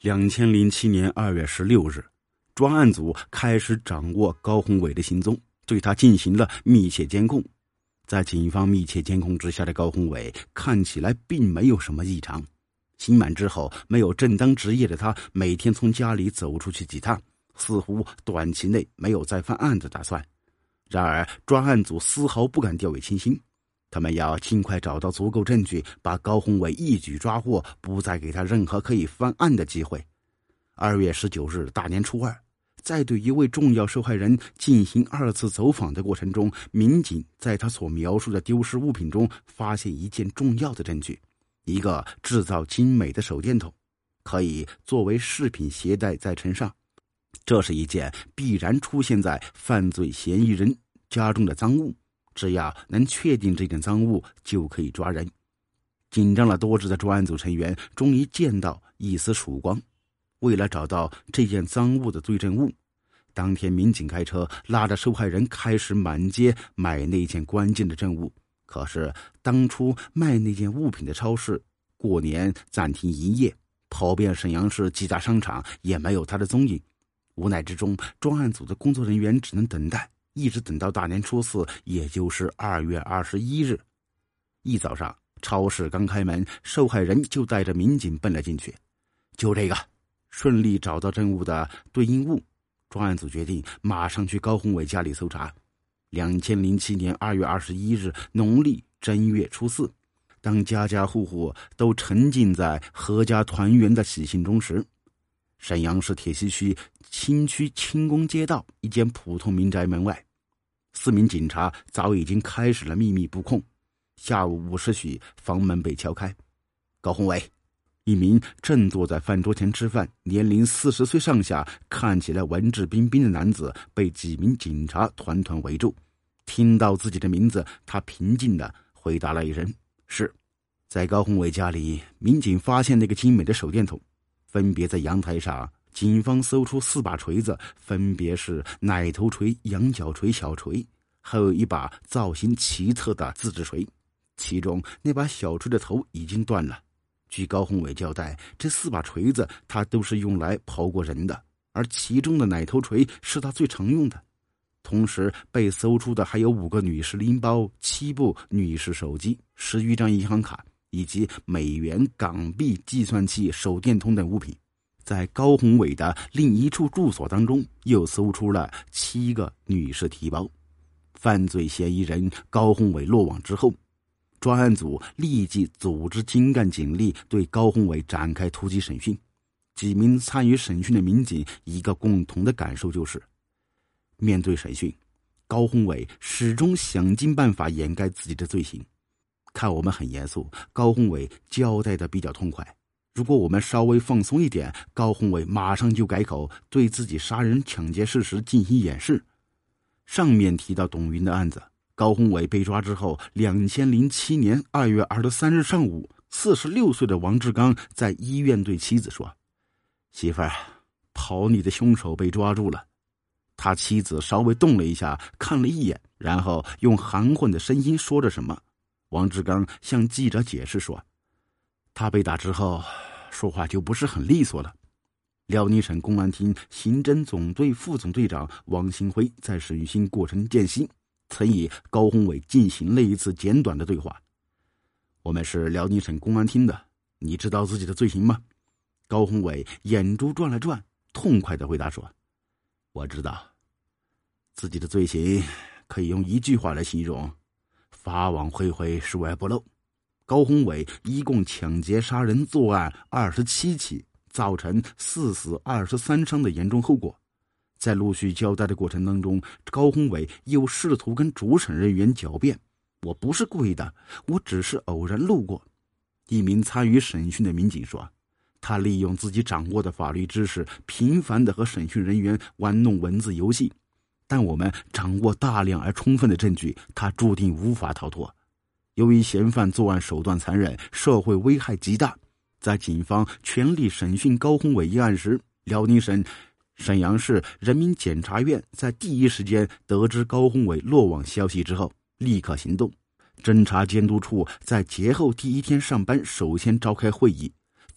2007年2月16日，专案组开始掌握高宏伟的行踪，对他进行了密切监控。在警方密切监控之下的高宏伟看起来并没有什么异常。刑满之后没有正当职业的他，每天从家里走出去几趟，似乎短期内没有再犯案的打算。然而专案组丝毫不敢掉以轻心，他们要尽快找到足够证据，把高宏伟一举抓获，不再给他任何可以翻案的机会。2月19日大年初二，在对一位重要受害人进行2次走访的过程中，民警在他所描述的丢失物品中发现一件重要的证据，一个制造精美的手电筒，可以作为饰品携带在身上。这是一件必然出现在犯罪嫌疑人家中的赃物，只要能确定这件赃物，就可以抓人。紧张了多日的专案组成员终于见到一丝曙光。为了找到这件赃物的对证物，当天民警开车拉着受害人开始满街买那件关键的证物。可是当初卖那件物品的超市过年暂停营业，跑遍沈阳市几大商场也没有他的踪影。无奈之中，专案组的工作人员只能等待，一直等到大年初4，也就是2月21日。一早上，超市刚开门，受害人就带着民警奔了进去。就这个，顺利找到证物的对应物，专案组决定马上去高宏伟家里搜查。2007年2月21日，农历正月初4，当家家户户都沉浸在阖家团圆的喜庆中时，沈阳市铁西区新区清宫街道一间普通民宅门外，4名警察早已经开始了秘密布控。下午5时许，房门被敲开。高宏伟，一名正坐在饭桌前吃饭，年龄40岁上下，看起来文质彬彬的男子被几名警察团团围住。听到自己的名字，他平静地回答了一声是。在高宏伟家里，民警发现那个精美的手电筒，分别在阳台上，警方搜出4把锤子，分别是奶头锤、羊角锤、小锤，还有一把造型奇特的自制锤，其中那把小锤的头已经断了。据高宏伟交代，这4把锤子他都是用来刨过人的，而其中的奶头锤是他最常用的。同时被搜出的还有5个女士拎包、7部女士手机、10余张银行卡，以及美元、港币、计算器、手电筒等物品。在高宏伟的另一处住所当中，又搜出了7个女士提包。犯罪嫌疑人高宏伟落网之后，专案组立即组织精干警力对高宏伟展开突击审讯。几名参与审讯的民警一个共同的感受就是，面对审讯，高宏伟始终想尽办法掩盖自己的罪行。看我们很严肃，高宏伟交代的比较痛快。如果我们稍微放松一点，高宏伟马上就改口，对自己杀人抢劫事实进行掩饰。上面提到董云的案子，高宏伟被抓之后，2007年2月23日上午，46岁的王志刚在医院对妻子说：“媳妇儿，跑你的凶手被抓住了。”他妻子稍微动了一下，看了一眼，然后用含混的声音说着什么。王志刚向记者解释说，他被打之后说话就不是很利索了。辽宁省公安厅刑侦总队副总队长王新辉在审讯过程间隙，曾与高宏伟进行了一次简短的对话。我们是辽宁省公安厅的，你知道自己的罪行吗？高宏伟眼珠转了转，痛快地回答说，我知道自己的罪行可以用一句话来形容，法网恢恢，疏而不漏。高宏伟一共抢劫杀人作案27起，造成4死23伤的严重后果。在陆续交代的过程当中，高宏伟又试图跟主审人员狡辩，我不是故意的，我只是偶然路过。一名参与审讯的民警说，他利用自己掌握的法律知识，频繁地和审讯人员玩弄文字游戏，但我们掌握大量而充分的证据，他注定无法逃脱。由于嫌犯作案手段残忍，社会危害极大，在警方全力审讯高宏伟一案时，辽宁省沈阳市人民检察院在第一时间得知高宏伟落网消息之后，立刻行动。侦查监督处在节后第1天上班，首先召开会议，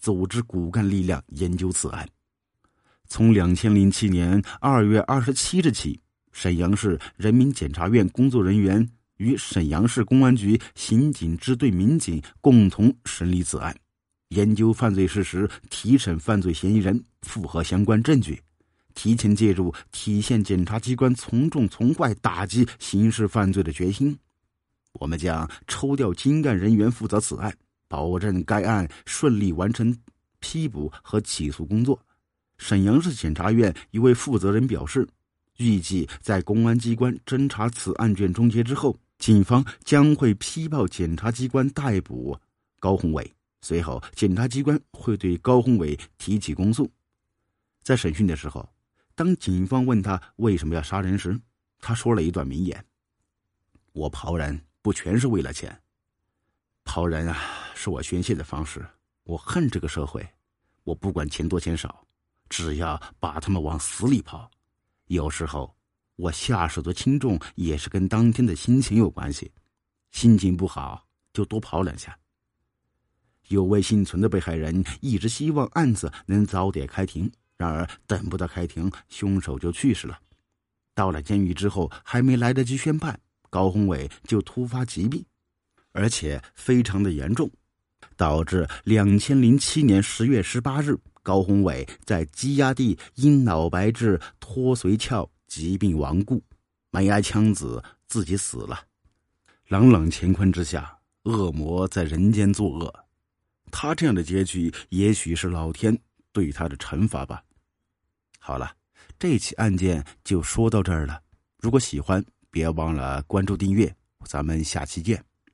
组织骨干力量研究此案。从2007年2月27日起，沈阳市人民检察院工作人员与沈阳市公安局刑警支队民警共同审理此案，研究犯罪事实，提审犯罪嫌疑人，复核相关证据，提前介入，体现检察机关从重从快打击刑事犯罪的决心。我们将抽调精干人员负责此案，保证该案顺利完成批捕和起诉工作。沈阳市检察院一位负责人表示，预计在公安机关侦查此案件终结之后，警方将会批报检察机关逮捕高宏伟，随后检察机关会对高宏伟提起公诉。在审讯的时候，当警方问他为什么要杀人时，他说了一段名言：我跑人不全是为了钱，跑人啊是我宣泄的方式，我恨这个社会，我不管钱多钱少，只要把他们往死里跑。有时候我下手的轻重也是跟当天的心情有关系，心情不好就多跑两下。有位幸存的被害人一直希望案子能早点开庭，然而等不到开庭，凶手就去世了。到了监狱之后，还没来得及宣判，高宏伟就突发疾病，而且非常的严重，导致2007年10月18日，高宏伟在羁押地因脑白质脱髓鞘疾病亡故，没挨枪子自己死了。朗朗乾坤之下，恶魔在人间作恶，他这样的结局也许是老天对他的惩罚吧。好了，这起案件就说到这儿了。如果喜欢，别忘了关注订阅，咱们下期见。